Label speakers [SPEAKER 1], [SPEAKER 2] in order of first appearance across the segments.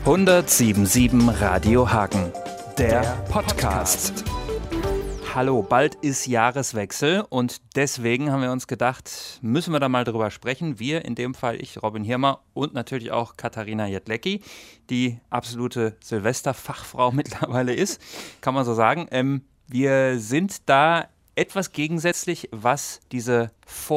[SPEAKER 1] 107.7 Radio Hagen, der Podcast. Hallo, bald ist Jahreswechsel und deswegen haben wir uns gedacht, müssen wir da mal drüber sprechen. Wir, in dem Fall ich, Robin Hirmer und natürlich auch Katharina Jedlecki, die absolute Silvesterfachfrau mittlerweile ist, kann man so sagen. Wir sind da etwas gegensätzlich, was diese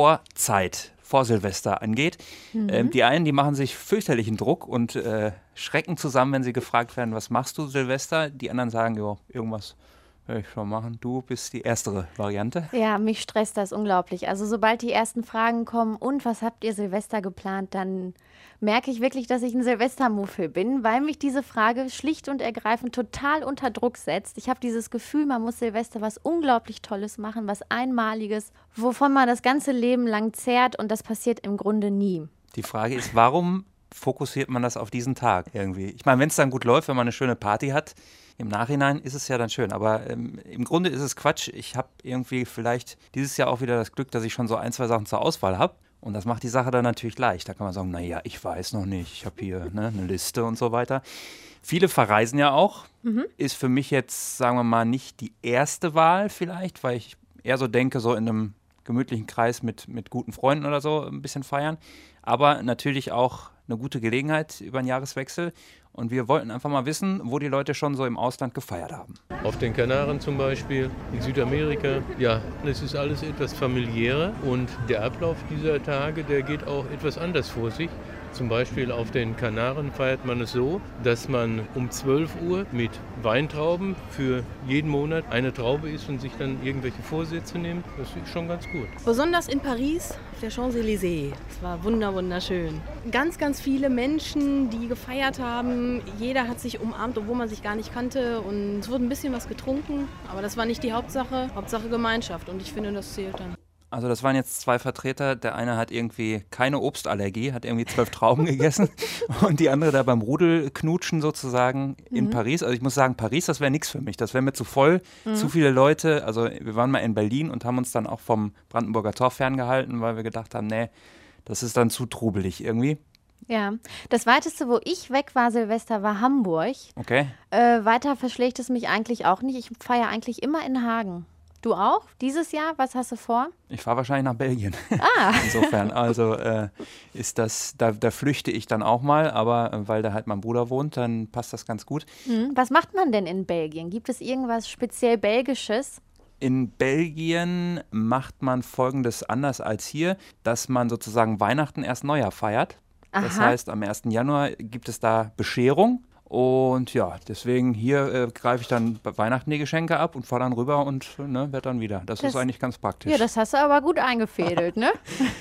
[SPEAKER 1] Vorzeit vor Silvester angeht. Die einen, die machen sich fürchterlichen Druck und schrecken zusammen, wenn sie gefragt werden, was machst du Silvester? Die anderen sagen, jo, irgendwas will ich schon machen. Du bist die erstere Variante.
[SPEAKER 2] Ja, mich stresst das unglaublich. Also sobald die ersten Fragen kommen, und was habt ihr Silvester geplant, dann merke ich wirklich, dass ich ein Silvestermuffel bin, weil mich diese Frage schlicht und ergreifend total unter Druck setzt. Ich habe dieses Gefühl, man muss Silvester was unglaublich Tolles machen, was Einmaliges, wovon man das ganze Leben lang zehrt, und das passiert im Grunde nie.
[SPEAKER 1] Die Frage ist, warum fokussiert man das auf diesen Tag irgendwie? Ich meine, wenn es dann gut läuft, wenn man eine schöne Party hat, im Nachhinein ist es ja dann schön, aber im Grunde ist es Quatsch. Ich habe irgendwie vielleicht dieses Jahr auch wieder das Glück, dass ich schon so ein, zwei Sachen zur Auswahl habe. Und das macht die Sache dann natürlich leicht. Da kann man sagen, naja, ich weiß noch nicht, ich habe hier eine Liste und so weiter. Viele verreisen ja auch. Ist für mich jetzt, sagen wir mal, nicht die erste Wahl vielleicht, weil ich eher so denke, so in einem gemütlichen Kreis mit guten Freunden oder so ein bisschen feiern. Aber natürlich auch eine gute Gelegenheit über den Jahreswechsel. Und wir wollten einfach mal wissen, wo die Leute schon so im Ausland gefeiert haben.
[SPEAKER 3] Auf den Kanaren zum Beispiel, in Südamerika. Ja, es ist alles etwas familiärer und der Ablauf dieser Tage, der geht auch etwas anders vor sich. Zum Beispiel auf den Kanaren feiert man es so, dass man um 12 Uhr mit Weintrauben für jeden Monat eine Traube isst und sich dann irgendwelche Vorsätze nimmt. Das ist schon ganz gut.
[SPEAKER 4] Besonders in Paris, auf der Champs-Élysées. Es war wunderschön. Ganz, ganz viele Menschen, die gefeiert haben. Jeder hat sich umarmt, obwohl man sich gar nicht kannte. Und es wurde ein bisschen was getrunken. Aber das war nicht die Hauptsache. Hauptsache Gemeinschaft. Und ich finde, das zählt dann.
[SPEAKER 1] Also das waren jetzt zwei Vertreter. Der eine hat irgendwie keine Obstallergie, hat irgendwie 12 Trauben gegessen und die andere da beim Rudelknutschen sozusagen in Paris. Also ich muss sagen, Paris, das wäre nichts für mich. Das wäre mir zu voll, zu viele Leute. Also wir waren mal in Berlin und haben uns dann auch vom Brandenburger Tor ferngehalten, weil wir gedacht haben, nee, das ist dann zu trubelig irgendwie.
[SPEAKER 2] Ja, das Weiteste, wo ich weg war, Silvester, war Hamburg.
[SPEAKER 1] Okay.
[SPEAKER 2] Weiter verschlägt es mich eigentlich auch nicht. Ich feiere eigentlich immer in Hagen. Du auch? Dieses Jahr? Was hast du vor?
[SPEAKER 1] Ich fahre wahrscheinlich nach Belgien.
[SPEAKER 2] Ah.
[SPEAKER 1] Insofern, also ist das, da flüchte ich dann auch mal, aber weil da halt mein Bruder wohnt, dann passt das ganz gut.
[SPEAKER 2] Was macht man denn in Belgien? Gibt es irgendwas speziell Belgisches?
[SPEAKER 1] In Belgien macht man Folgendes anders als hier, dass man sozusagen Weihnachten erst Neujahr feiert.
[SPEAKER 2] Aha.
[SPEAKER 1] Das heißt, am 1. Januar gibt es da Bescherung. Und ja, deswegen hier greife ich dann bei Weihnachten die Geschenke ab und fahre dann rüber und werde dann wieder. Das ist eigentlich ganz praktisch.
[SPEAKER 2] Ja, das hast du aber gut eingefädelt, ne?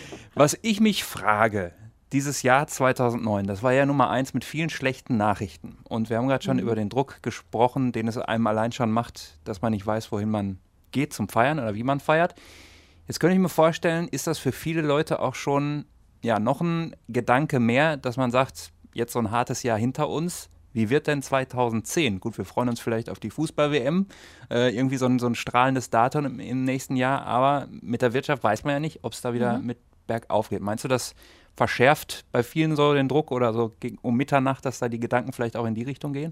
[SPEAKER 1] Was ich mich frage, dieses Jahr 2009, das war ja Nummer 1 mit vielen schlechten Nachrichten. Und wir haben gerade schon über den Druck gesprochen, den es einem allein schon macht, dass man nicht weiß, wohin man geht zum Feiern oder wie man feiert. Jetzt könnte ich mir vorstellen, ist das für viele Leute auch schon noch ein Gedanke mehr, dass man sagt, jetzt so ein hartes Jahr hinter uns. Wie wird denn 2010? Gut, wir freuen uns vielleicht auf die Fußball-WM, irgendwie so ein strahlendes Datum im nächsten Jahr, aber mit der Wirtschaft weiß man ja nicht, ob es da wieder mit bergauf geht. Meinst du, das verschärft bei vielen so den Druck oder so um Mitternacht, dass da die Gedanken vielleicht auch in die Richtung gehen?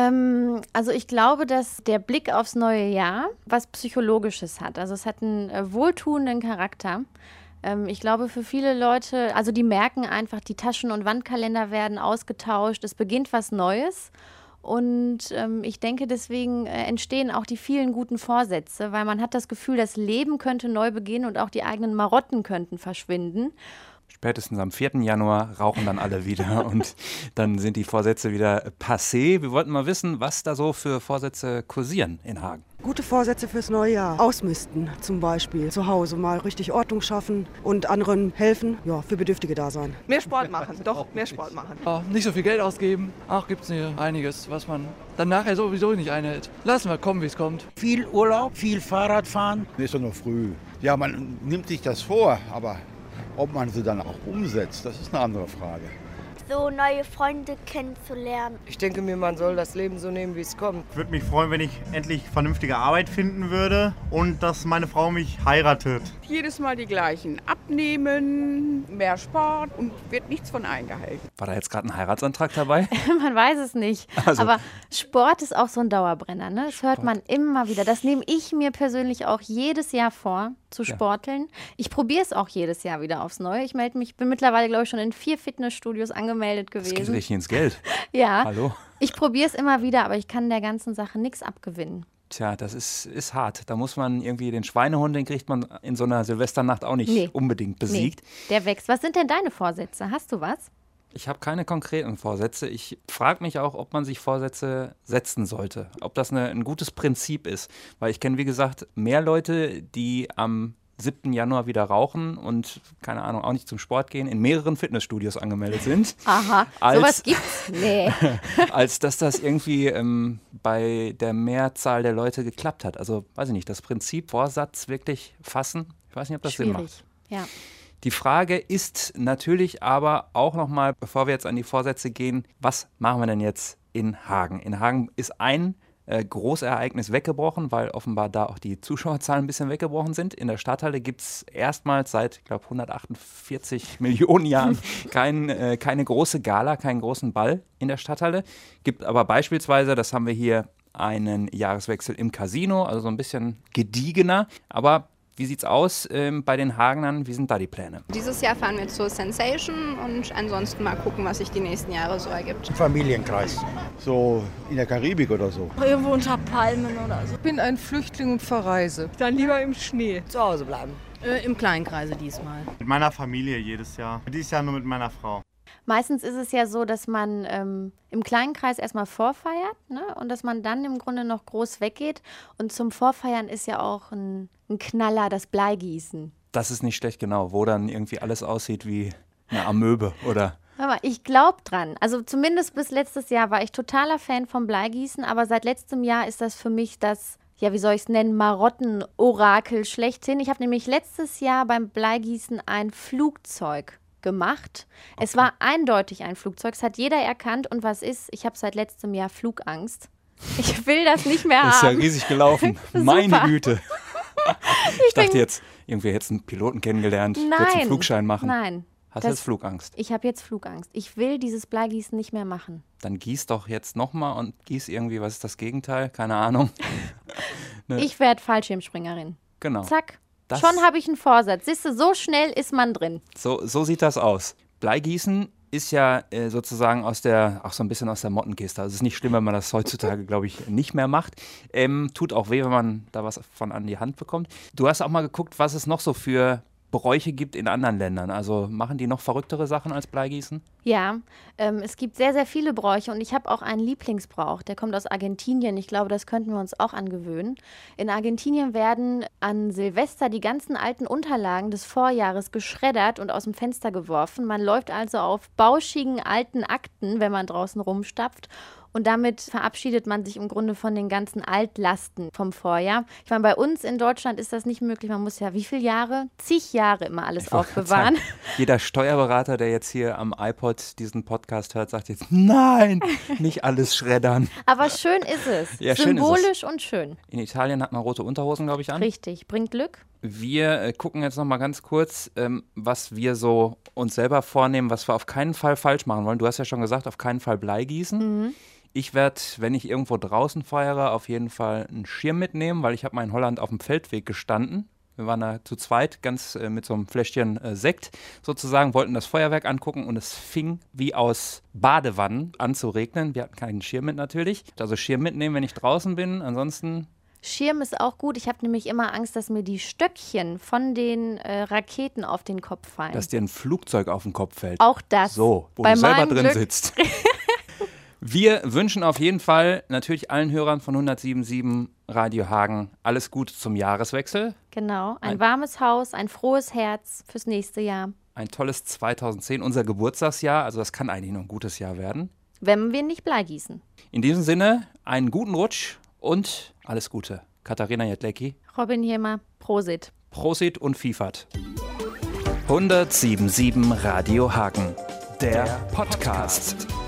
[SPEAKER 2] Also ich glaube, dass der Blick aufs neue Jahr was Psychologisches hat. Also es hat einen wohltuenden Charakter. Ich glaube, für viele Leute, also die merken einfach, die Taschen- und Wandkalender werden ausgetauscht, es beginnt was Neues. Und ich denke, deswegen entstehen auch die vielen guten Vorsätze, weil man hat das Gefühl, das Leben könnte neu beginnen und auch die eigenen Marotten könnten verschwinden.
[SPEAKER 1] Spätestens am 4. Januar rauchen dann alle wieder und dann sind die Vorsätze wieder passé. Wir wollten mal wissen, was da so für Vorsätze kursieren in Hagen.
[SPEAKER 5] Gute Vorsätze fürs neue Jahr. Ausmisten zum Beispiel. Zu Hause mal richtig Ordnung schaffen und anderen helfen. Ja, für Bedürftige da sein.
[SPEAKER 6] Mehr Sport machen, doch, mehr Sport machen.
[SPEAKER 7] Nicht so viel Geld ausgeben. Ach, gibt's hier einiges, was man dann nachher sowieso nicht einhält. Lassen wir kommen, wie es kommt.
[SPEAKER 8] Viel Urlaub, viel Fahrradfahren. Ist doch noch früh. Ja, man nimmt sich das vor, aber ob man sie dann auch umsetzt, das ist eine andere Frage.
[SPEAKER 9] so neue Freunde kennenzulernen.
[SPEAKER 10] Ich denke mir, man soll das Leben so nehmen, wie es kommt.
[SPEAKER 11] Ich würde mich freuen, wenn ich endlich vernünftige Arbeit finden würde und dass meine Frau mich heiratet.
[SPEAKER 12] Jedes Mal die gleichen. Abnehmen, mehr Sport und wird nichts von eingehalten.
[SPEAKER 1] War da jetzt gerade ein Heiratsantrag dabei?
[SPEAKER 2] Man weiß es nicht.
[SPEAKER 1] Also.
[SPEAKER 2] Aber Sport ist auch so ein Dauerbrenner. Ne? Das hört man immer wieder. Das nehme ich mir persönlich auch jedes Jahr vor, zu sporteln. Ich probiere es auch jedes Jahr wieder aufs Neue. Ich bin mittlerweile, glaube ich, schon in 4 Fitnessstudios angemeldet gewesen.
[SPEAKER 1] Das geht richtig ins Geld.
[SPEAKER 2] Ja.
[SPEAKER 1] Hallo?
[SPEAKER 2] Ich probiere es immer wieder, aber ich kann der ganzen Sache nichts abgewinnen.
[SPEAKER 1] Tja, das ist hart. Da muss man irgendwie den Schweinehund, den kriegt man in so einer Silvesternacht auch nicht unbedingt besiegt.
[SPEAKER 2] Nee, der wächst. Was sind denn deine Vorsätze? Hast du was?
[SPEAKER 1] Ich habe keine konkreten Vorsätze. Ich frage mich auch, ob man sich Vorsätze setzen sollte. Ob das ein gutes Prinzip ist. Weil ich kenne, wie gesagt, mehr Leute, die am 7. Januar wieder rauchen und, keine Ahnung, auch nicht zum Sport gehen, in mehreren Fitnessstudios angemeldet sind.
[SPEAKER 2] Aha, sowas gibt's? Nee.
[SPEAKER 1] Als dass das irgendwie bei der Mehrzahl der Leute geklappt hat. Also, weiß ich nicht, das Prinzip Vorsatz wirklich fassen, ich weiß nicht, ob das Sinn macht.
[SPEAKER 2] Ja.
[SPEAKER 1] Die Frage ist natürlich aber auch nochmal, bevor wir jetzt an die Vorsätze gehen, was machen wir denn jetzt in Hagen? In Hagen ist ein Großereignis weggebrochen, weil offenbar da auch die Zuschauerzahlen ein bisschen weggebrochen sind. In der Stadthalle gibt es erstmals seit, ich glaube, 148 Millionen Jahren keine große Gala, keinen großen Ball in der Stadthalle. Gibt aber beispielsweise, das haben wir hier, einen Jahreswechsel im Casino, also so ein bisschen gediegener, aber wie sieht's aus bei den Hagenern? Wie sind da die Pläne?
[SPEAKER 13] Dieses Jahr fahren wir zur Sensation und ansonsten mal gucken, was sich die nächsten Jahre so ergibt.
[SPEAKER 8] Familienkreis. So in der Karibik oder so.
[SPEAKER 9] Irgendwo unter Palmen oder so.
[SPEAKER 14] Ich bin ein Flüchtling und verreise.
[SPEAKER 12] Dann lieber im Schnee.
[SPEAKER 10] Zu Hause bleiben.
[SPEAKER 4] Im kleinen Kreise diesmal.
[SPEAKER 11] Mit meiner Familie jedes Jahr. Dieses Jahr nur mit meiner Frau.
[SPEAKER 2] Meistens ist es ja so, dass man im kleinen Kreis erstmal vorfeiert, ne? Und dass man dann im Grunde noch groß weggeht. Und zum Vorfeiern ist ja auch ein Knaller das Bleigießen.
[SPEAKER 1] Das ist nicht schlecht, genau, wo dann irgendwie alles aussieht wie eine Amöbe, oder?
[SPEAKER 2] Aber ich glaube dran. Also zumindest bis letztes Jahr war ich totaler Fan vom Bleigießen, aber seit letztem Jahr ist das für mich das, ja, wie soll ich es nennen, Marotten-Orakel schlechthin. Ich habe nämlich letztes Jahr beim Bleigießen ein Flugzeug gemacht. Okay. Es war eindeutig ein Flugzeug, es hat jeder erkannt. Und was ist? Ich habe seit letztem Jahr Flugangst. Ich will das nicht mehr haben.
[SPEAKER 1] Das ist ja riesig gelaufen. Meine Güte. Ich dachte jetzt, irgendwie hättest du einen Piloten kennengelernt, würdest einen Flugschein machen.
[SPEAKER 2] Nein.
[SPEAKER 1] Hast du jetzt Flugangst?
[SPEAKER 2] Ich habe jetzt Flugangst. Ich will dieses Bleigießen nicht mehr machen.
[SPEAKER 1] Dann gieß doch jetzt nochmal und gieß irgendwie, was ist das Gegenteil? Keine Ahnung.
[SPEAKER 2] Ich werde Fallschirmspringerin.
[SPEAKER 1] Genau.
[SPEAKER 2] Zack. Schon habe ich einen Vorsatz. Siehst du, so schnell ist man drin.
[SPEAKER 1] So sieht das aus. Bleigießen ist ja sozusagen auch so ein bisschen aus der Mottenkiste. Also es ist nicht schlimm, wenn man das heutzutage, glaube ich, nicht mehr macht. Tut auch weh, wenn man da was von an die Hand bekommt. Du hast auch mal geguckt, was es noch so für Bräuche gibt in anderen Ländern. Also machen die noch verrücktere Sachen als Bleigießen?
[SPEAKER 2] Ja, es gibt sehr, sehr viele Bräuche und ich habe auch einen Lieblingsbrauch, der kommt aus Argentinien. Ich glaube, das könnten wir uns auch angewöhnen. In Argentinien werden an Silvester die ganzen alten Unterlagen des Vorjahres geschreddert und aus dem Fenster geworfen. Man läuft also auf bauschigen alten Akten, wenn man draußen rumstapft. Und damit verabschiedet man sich im Grunde von den ganzen Altlasten vom Vorjahr. Ich meine, bei uns in Deutschland ist das nicht möglich. Man muss ja wie viele Jahre? Zig Jahre immer alles aufbewahren.
[SPEAKER 1] Sagen, jeder Steuerberater, der jetzt hier am iPod diesen Podcast hört, sagt jetzt, nein, nicht alles schreddern.
[SPEAKER 2] Aber schön ist es.
[SPEAKER 1] Ja,
[SPEAKER 2] symbolisch
[SPEAKER 1] schön ist es.
[SPEAKER 2] Und schön.
[SPEAKER 1] In Italien hat man rote Unterhosen, glaube ich, an.
[SPEAKER 2] Richtig, bringt Glück.
[SPEAKER 1] Wir gucken jetzt noch mal ganz kurz, was wir so uns selber vornehmen, was wir auf keinen Fall falsch machen wollen. Du hast ja schon gesagt, auf keinen Fall Bleigießen.
[SPEAKER 2] Mhm.
[SPEAKER 1] Ich werde, wenn ich irgendwo draußen feiere, auf jeden Fall einen Schirm mitnehmen, weil ich habe mal in Holland auf dem Feldweg gestanden. Wir waren da zu zweit, ganz mit so einem Fläschchen Sekt sozusagen, wollten das Feuerwerk angucken und es fing wie aus Badewannen an zu regnen. Wir hatten keinen Schirm mit natürlich. Also Schirm mitnehmen, wenn ich draußen bin, ansonsten...
[SPEAKER 2] Schirm ist auch gut. Ich habe nämlich immer Angst, dass mir die Stöckchen von den Raketen auf den Kopf fallen.
[SPEAKER 1] Dass dir ein Flugzeug auf den Kopf fällt.
[SPEAKER 2] Auch das.
[SPEAKER 1] So, wo du selber drin sitzt. Wir wünschen auf jeden Fall natürlich allen Hörern von 107.7 Radio Hagen alles Gute zum Jahreswechsel.
[SPEAKER 2] Genau, ein warmes Haus, ein frohes Herz fürs nächste Jahr.
[SPEAKER 1] Ein tolles 2010, unser Geburtstagsjahr, also das kann eigentlich noch ein gutes Jahr werden.
[SPEAKER 2] Wenn wir nicht Bleigießen.
[SPEAKER 1] In diesem Sinne, einen guten Rutsch und alles Gute. Katharina Jedlecki.
[SPEAKER 2] Robin Hiemer, Prosit.
[SPEAKER 1] Prosit und Fifat. 107.7 Radio Hagen.
[SPEAKER 15] Der Podcast.